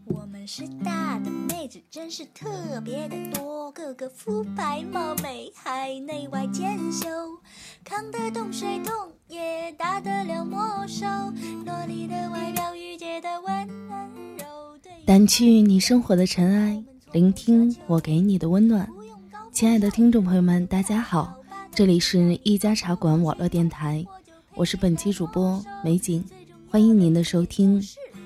我们师大的妹子真是特别的多，个个肤白貌美，还内外兼修，扛得动水桶，也打得了魔手，萝莉的外表，御姐的温柔。 掸去你生活的尘埃，聆听我给你的温暖。亲爱的听众朋友们，大家好，这里是一家茶馆网络电台，我是本期主播美景，欢迎您的收听。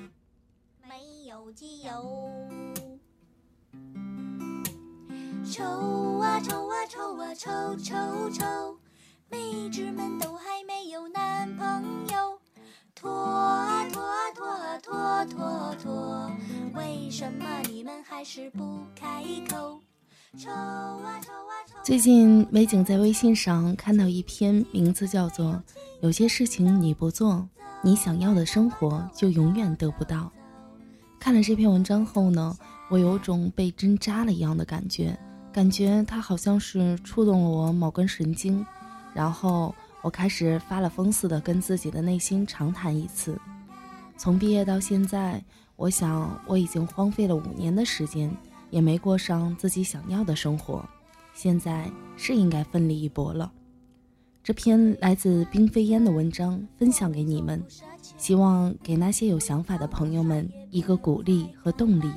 抽啊抽啊抽啊抽抽抽，妹纸们都还没有男朋友，拖啊拖啊拖啊拖拖拖，为什么你们还是不开口？抽啊抽啊抽。 最近美景在微信上看到一篇名字叫做有些事情你不做，你想要的生活就永远得不到。看了这篇文章后呢，我有种被针扎了一样的感觉它好像是触动了我某根神经，然后我开始发了疯似的跟自己的内心长谈一次。从毕业到现在，我想我已经荒废了5年的时间，也没过上自己想要的生活，现在是应该奋力一搏了。这篇来自冰飞烟的文章分享给你们，希望给那些有想法的朋友们一个鼓励和动力。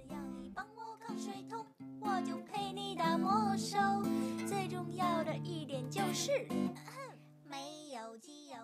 最重要的一点就是没有机油。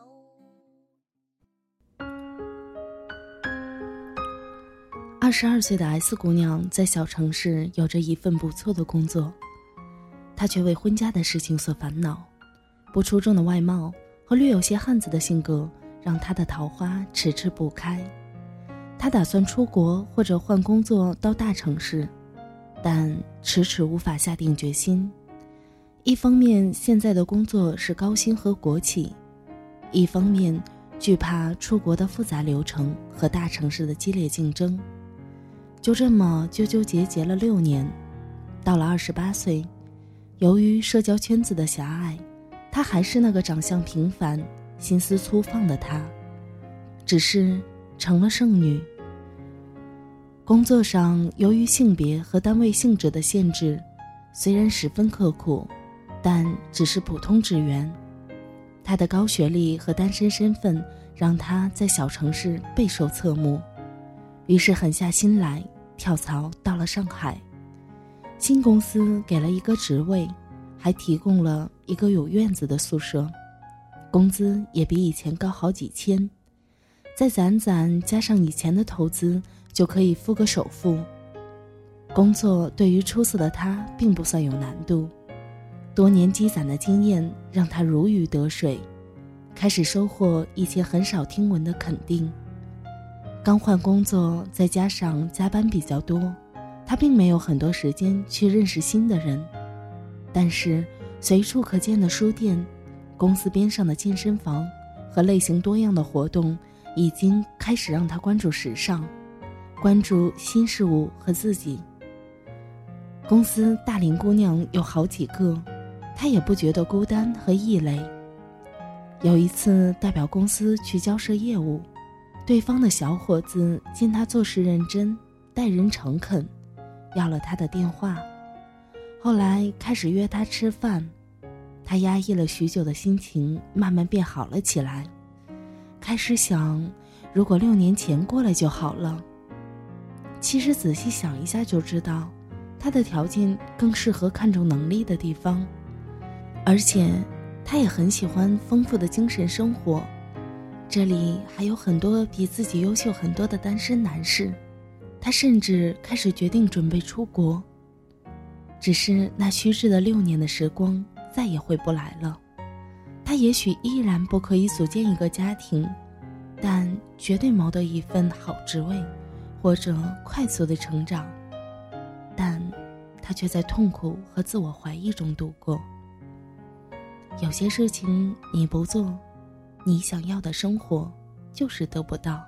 22岁的 S 姑娘在小城市有着一份不错的工作，她却为婚嫁的事情所烦恼。不出众的外貌和略有些汉子的性格让她的桃花迟迟不开。她打算出国或者换工作到大城市，但迟迟无法下定决心。一方面现在的工作是高薪和国企，一方面惧怕出国的复杂流程和大城市的激烈竞争。就这么纠纠结结了6年，到了28岁，由于社交圈子的狭隘，她还是那个长相平凡心思粗放的她，只是成了剩女。工作上由于性别和单位性质的限制，虽然十分刻苦，但只是普通职员。他的高学历和单身身份让他在小城市备受侧目，于是狠下心来跳槽到了上海。新公司给了一个职位，还提供了一个有院子的宿舍，工资也比以前高好几千，再攒加上以前的投资，就可以付个首付。工作对于出色的他并不算有难度，多年积攒的经验让他如鱼得水，开始收获以前很少听闻的肯定。刚换工作，再加上加班比较多，他并没有很多时间去认识新的人。但是随处可见的书店、公司边上的健身房和类型多样的活动，已经开始让他关注时尚，关注新事物和自己。公司大龄姑娘有好几个，他也不觉得孤单和异类。有一次代表公司去交涉业务，对方的小伙子见他做事认真，待人诚恳，要了他的电话。后来开始约他吃饭，他压抑了许久的心情慢慢变好了起来，开始想，如果6年前过来就好了。其实仔细想一下就知道，他的条件更适合看重能力的地方，而且他也很喜欢丰富的精神生活。这里还有很多比自己优秀很多的单身男士，他甚至开始决定准备出国。只是那虚掷的6年的时光再也回不来了。他也许依然不可以组建一个家庭，但绝对谋得一份好职位或者快速的成长，但他却在痛苦和自我怀疑中度过。有些事情你不做，你想要的生活就是得不到。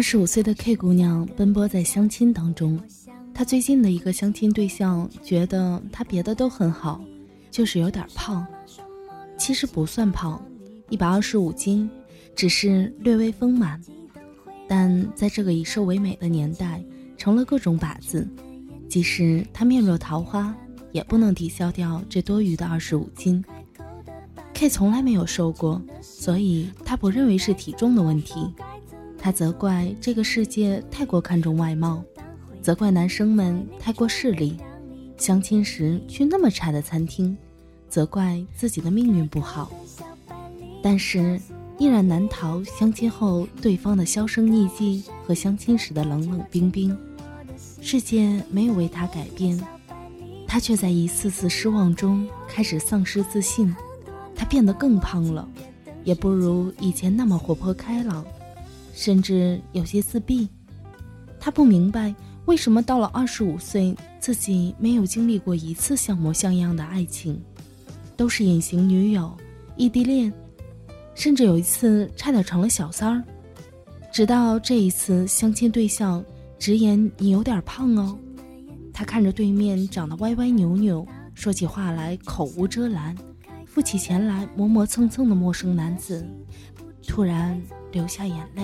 25岁的 K 姑娘奔波在相亲当中，她最近的一个相亲对象觉得她别的都很好，就是有点胖。其实不算胖，125斤，只是略微丰满。但在这个以瘦为美的年代，成了各种靶子，即使她面若桃花，也不能抵消掉这多余的25斤。K 从来没有瘦过，所以她不认为是体重的问题。她责怪这个世界太过看重外貌，责怪男生们太过势利，相亲时去那么差的餐厅，责怪自己的命运不好。但是依然难逃相亲后对方的销声匿迹和相亲时的冷冷冰冰。世界没有为他改变，他却在一次次失望中开始丧失自信。他变得更胖了，也不如以前那么活泼开朗，甚至有些自闭。他不明白为什么到了25岁，自己没有经历过一次像模像样的爱情，都是隐形女友、异地恋，甚至有一次差点成了小三儿。直到这一次相亲对象直言你有点胖哦，他看着对面长得歪歪扭扭，说起话来口无遮拦，负起前来磨磨蹭蹭的陌生男子，突然流下眼泪。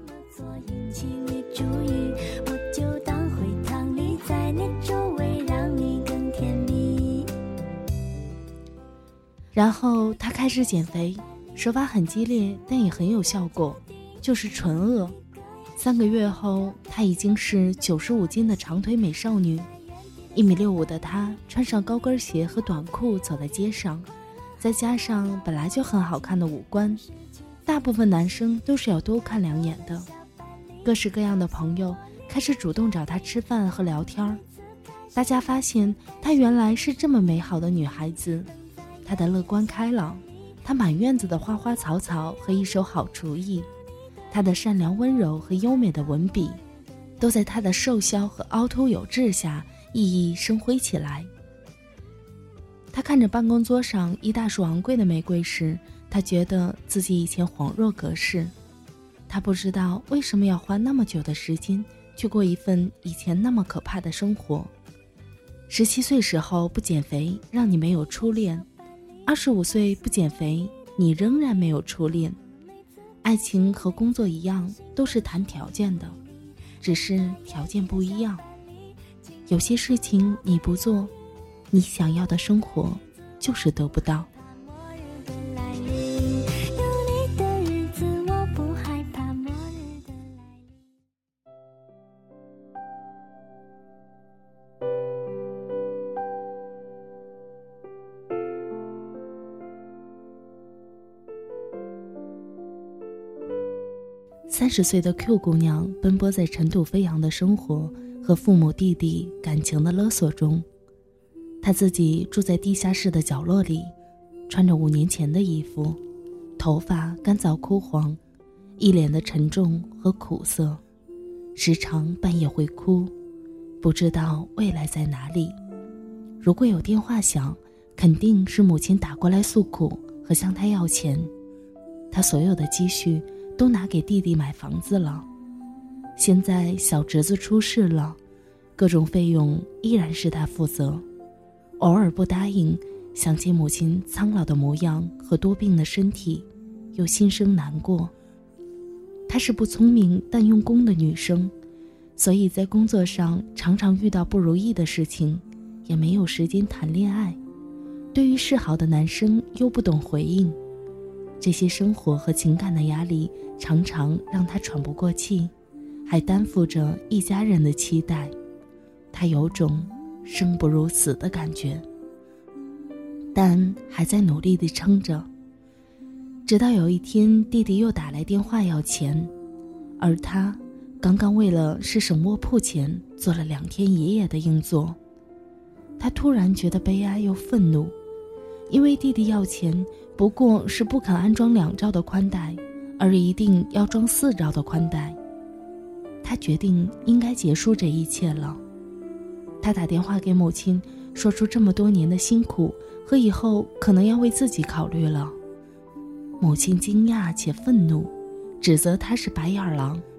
然后他开始减肥，手法很激烈，但也很有效果，就是纯饿。3个月后，她已经是95斤的长腿美少女。1.65米的她穿上高跟鞋和短裤走在街上，再加上本来就很好看的五官，大部分男生都是要多看2眼的。各式各样的朋友开始主动找她吃饭和聊天，大家发现她原来是这么美好的女孩子。她的乐观开朗，她满院子的花花草草和一手好厨艺，她的善良温柔和优美的文笔，都在她的瘦削和凹凸有致下熠熠生辉起来。她看着办公桌上一大束昂贵的玫瑰时，她觉得自己以前恍若隔世。她不知道为什么要花那么久的时间去过一份以前那么可怕的生活。17岁时候不减肥，让你没有初恋；25岁不减肥，你仍然没有初恋。爱情和工作一样，都是谈条件的，只是条件不一样。有些事情你不做，你想要的生活就是得不到。30岁的 Q 姑娘奔波在尘土飞扬的生活和父母弟弟感情的勒索中，她自己住在地下室的角落里，穿着5年前的衣服，头发干燥枯黄，一脸的沉重和苦涩，时常半夜会哭，不知道未来在哪里。如果有电话响，肯定是母亲打过来诉苦和向她要钱。她所有的积蓄都拿给弟弟买房子了，现在小侄子出事了，各种费用依然是他负责。偶尔不答应，想起母亲苍老的模样和多病的身体，又心生难过。她是不聪明但用功的女生，所以在工作上常常遇到不如意的事情，也没有时间谈恋爱。对于示好的男生又不懂回应，这些生活和情感的压力常常让她喘不过气，还担负着一家人的期待。她有种生不如死的感觉，但还在努力地撑着。直到有一天，弟弟又打来电话要钱，而她刚刚为了市省卧铺钱做了2天1夜的硬座。她突然觉得悲哀又愤怒，因为弟弟要钱不过是不肯安装2兆的宽带，而一定要装4兆的宽带。她决定应该结束这一切了。她打电话给母亲，说出这么多年的辛苦和以后可能要为自己考虑了。母亲惊讶且愤怒，指责她是白眼狼。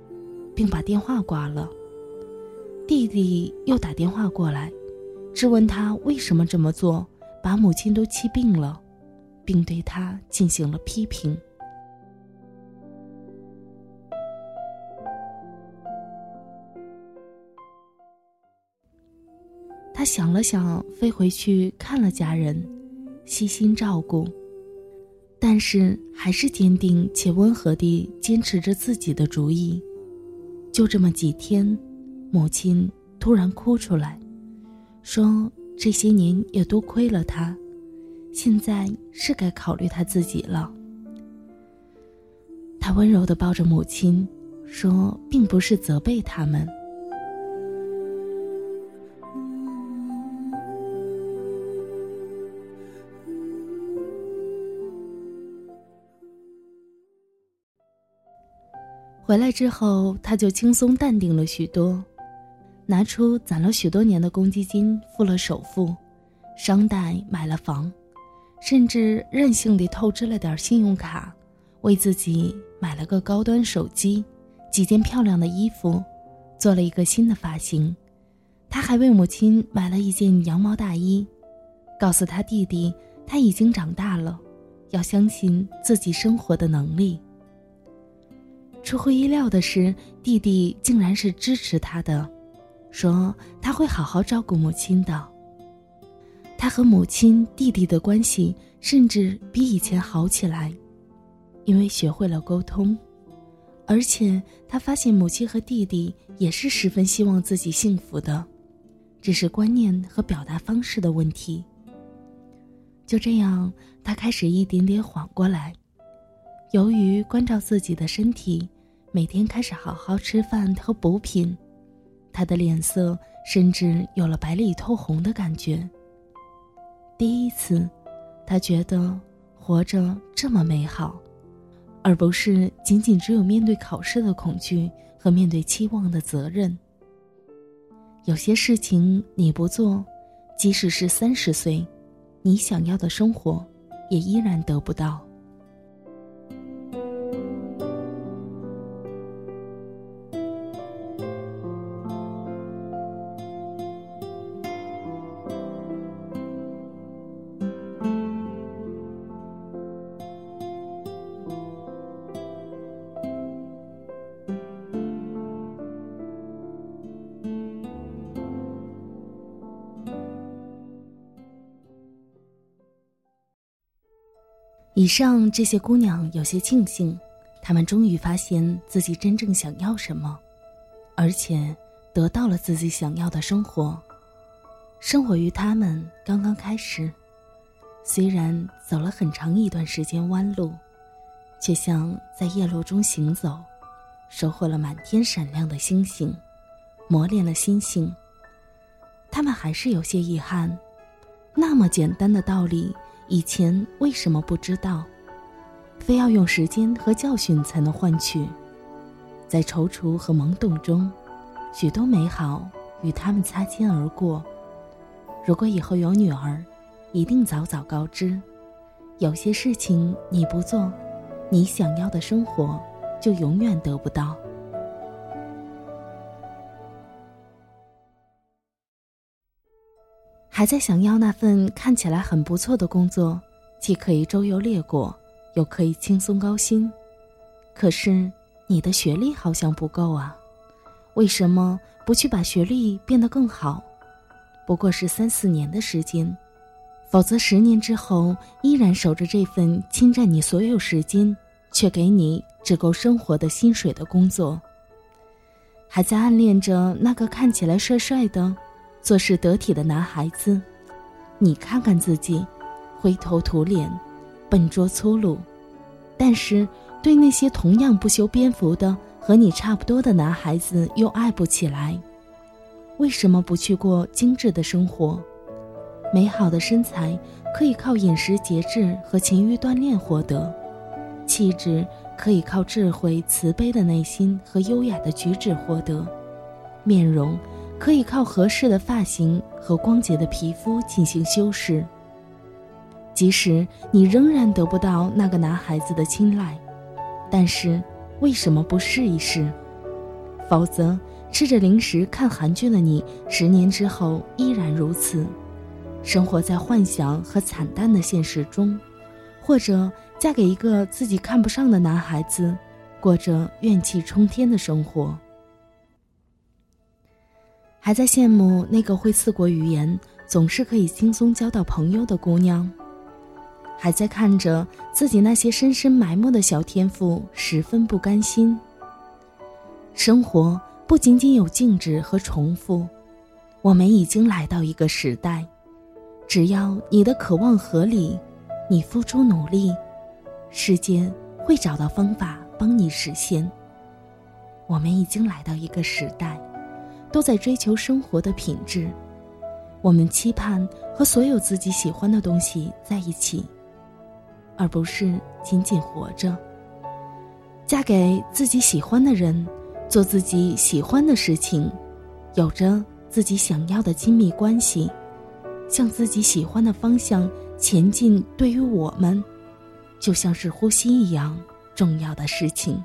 并把电话挂了。弟弟又打电话过来，质问他为什么这么做，把母亲都气病了，并对他进行了批评。他想了想，飞回去看了家人，悉心照顾，但是还是坚定且温和地坚持着自己的主意。就这么几天，母亲突然哭出来，说这些年也多亏了他，现在是该考虑他自己了。他温柔地抱着母亲，说并不是责备他们。回来之后，他就轻松淡定了许多，拿出攒了许多年的公积金付了首付，商贷买了房，甚至任性地透支了点信用卡，为自己买了个高端手机，几件漂亮的衣服，做了一个新的发型。他还为母亲买了一件羊毛大衣，告诉他弟弟他已经长大了，要相信自己生活的能力。出乎意料的是，弟弟竟然是支持他的，说他会好好照顾母亲的。他和母亲、弟弟的关系甚至比以前好起来，因为学会了沟通，而且他发现母亲和弟弟也是十分希望自己幸福的，只是观念和表达方式的问题。就这样，他开始一点点缓过来。由于关照自己的身体，每天开始好好吃饭和补品，他的脸色甚至有了白里透红的感觉。第一次，他觉得活着这么美好，而不是仅仅只有面对考试的恐惧和面对期望的责任。有些事情你不做，即使是30岁，你想要的生活也依然得不到。以上这些姑娘有些庆幸，她们终于发现自己真正想要什么，而且得到了自己想要的生活。生活于她们刚刚开始，虽然走了很长一段时间弯路，却像在夜路中行走，收获了满天闪亮的星星，磨练了心性。她们还是有些遗憾，那么简单的道理，以前为什么不知道？非要用时间和教训才能换取。在踌躇和懵懂中，许多美好与他们擦肩而过。如果以后有女儿，一定早早告知，有些事情你不做，你想要的生活就永远得不到。还在想要那份看起来很不错的工作，既可以周游列国，又可以轻松高薪。可是你的学历好像不够啊，为什么不去把学历变得更好？不过是3-4年的时间，否则10年之后依然守着这份侵占你所有时间，却给你只够生活的薪水的工作。还在暗恋着那个看起来帅帅的做事得体的男孩子，你看看自己，灰头土脸，笨拙粗鲁，但是对那些同样不修边幅的和你差不多的男孩子又爱不起来。为什么不去过精致的生活？美好的身材可以靠饮食节制和勤于锻炼获得，气质可以靠智慧慈悲的内心和优雅的举止获得，面容可以靠合适的发型和光洁的皮肤进行修饰。即使你仍然得不到那个男孩子的青睐，但是为什么不试一试？ 否则吃着零食看韩剧的你，10年之后依然如此，生活在幻想和惨淡的现实中，或者嫁给一个自己看不上的男孩子，过着怨气冲天的生活。还在羡慕那个会4国语言，总是可以轻松交到朋友的姑娘，还在看着自己那些深深埋没的小天赋，十分不甘心。生活不仅仅有静止和重复，我们已经来到一个时代，只要你的渴望合理，你付出努力，世界会找到方法帮你实现。我们已经来到一个时代，都在追求生活的品质，我们期盼和所有自己喜欢的东西在一起，而不是仅仅活着。嫁给自己喜欢的人，做自己喜欢的事情，有着自己想要的亲密关系，向自己喜欢的方向前进，对于我们就像是呼吸一样重要的事情。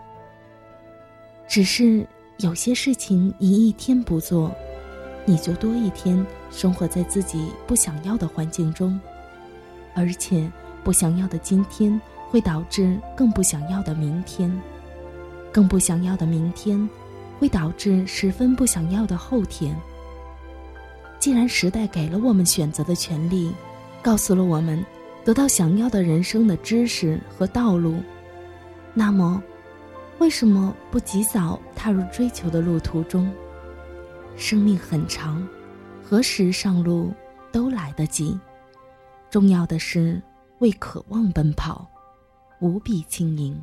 只是有些事情你一天不做，你就多一天生活在自己不想要的环境中，而且不想要的今天会导致更不想要的明天，更不想要的明天会导致十分不想要的后天。既然时代给了我们选择的权利，告诉了我们得到想要的人生的知识和道路，那么为什么不及早踏入追求的路途中？生命很长，何时上路都来得及，重要的是为渴望奔跑，无比轻盈。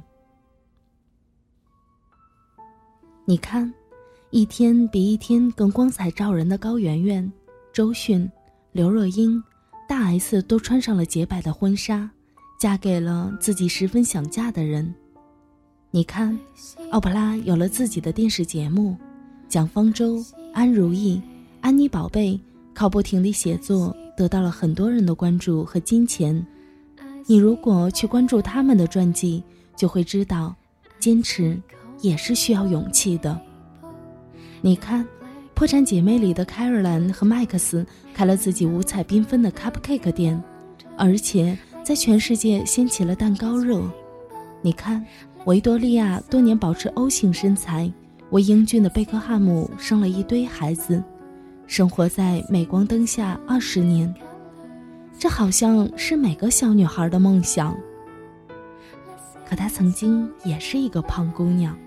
你看，一天比一天更光彩照人的高圆圆、周迅、刘若英、大 S 都穿上了洁白的婚纱，嫁给了自己十分想嫁的人。你看，奥普拉有了自己的电视节目，蒋方舟、安如意、安妮宝贝靠不停地写作，得到了很多人的关注和金钱。你如果去关注他们的传记，就会知道，坚持也是需要勇气的。你看，破产姐妹里的凯尔兰和麦克斯开了自己五彩缤纷的 cupcake 店，而且在全世界掀起了蛋糕热。你看，维多利亚多年保持 O 型身材，为英俊的贝克汉姆生了一堆孩子，生活在镁光灯下20年。这好像是每个小女孩的梦想。可她曾经也是一个胖姑娘。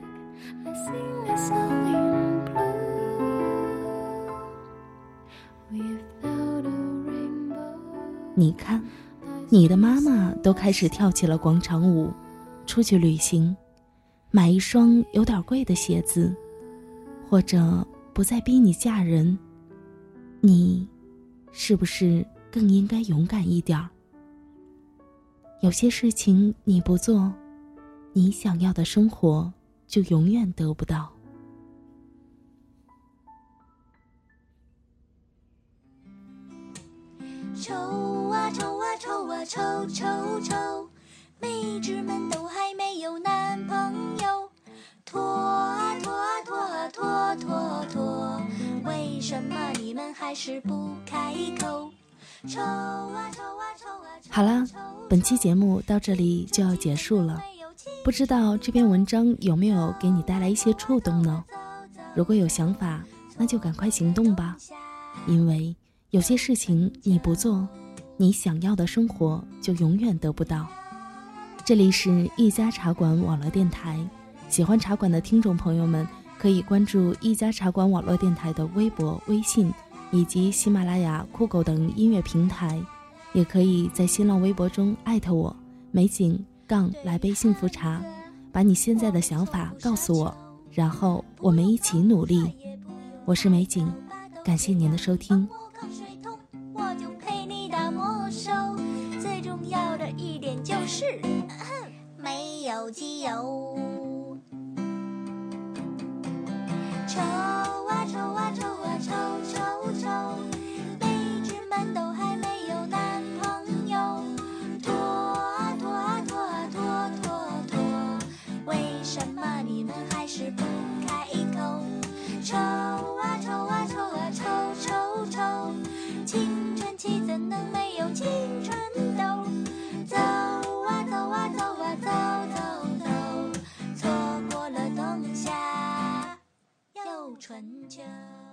你看，你的妈妈都开始跳起了广场舞，出去旅行，买一双有点贵的鞋子，或者不再逼你嫁人，你是不是更应该勇敢一点？有些事情你不做，你想要的生活就永远得不到。 抽啊抽啊抽啊抽抽抽，妹纸们都还没有男朋友，拖啊拖啊拖啊拖拖拖，为什么你们还是不开口？抽啊抽啊抽啊。 好了，本期节目到这里就要结束了，不知道这篇文章有没有给你带来一些触动呢？如果有想法，那就赶快行动吧，因为有些事情你不做，你想要的生活就永远得不到。这里是一家茶馆网络电台，喜欢茶馆的听众朋友们可以关注一家茶馆网络电台的微博、微信以及喜马拉雅、酷狗等音乐平台，也可以在新浪微博中艾特我美景来杯幸福茶，把你现在的想法告诉我，然后我们一起努力。我是美景，感谢您的收听。 我就陪你打魔兽，最重要的一点就是没有基友。抽啊抽啊抽啊抽抽抽，妹纸们都还没有男朋友，拖啊拖啊拖啊拖拖拖，为什么你们还是不开口？ 春秋。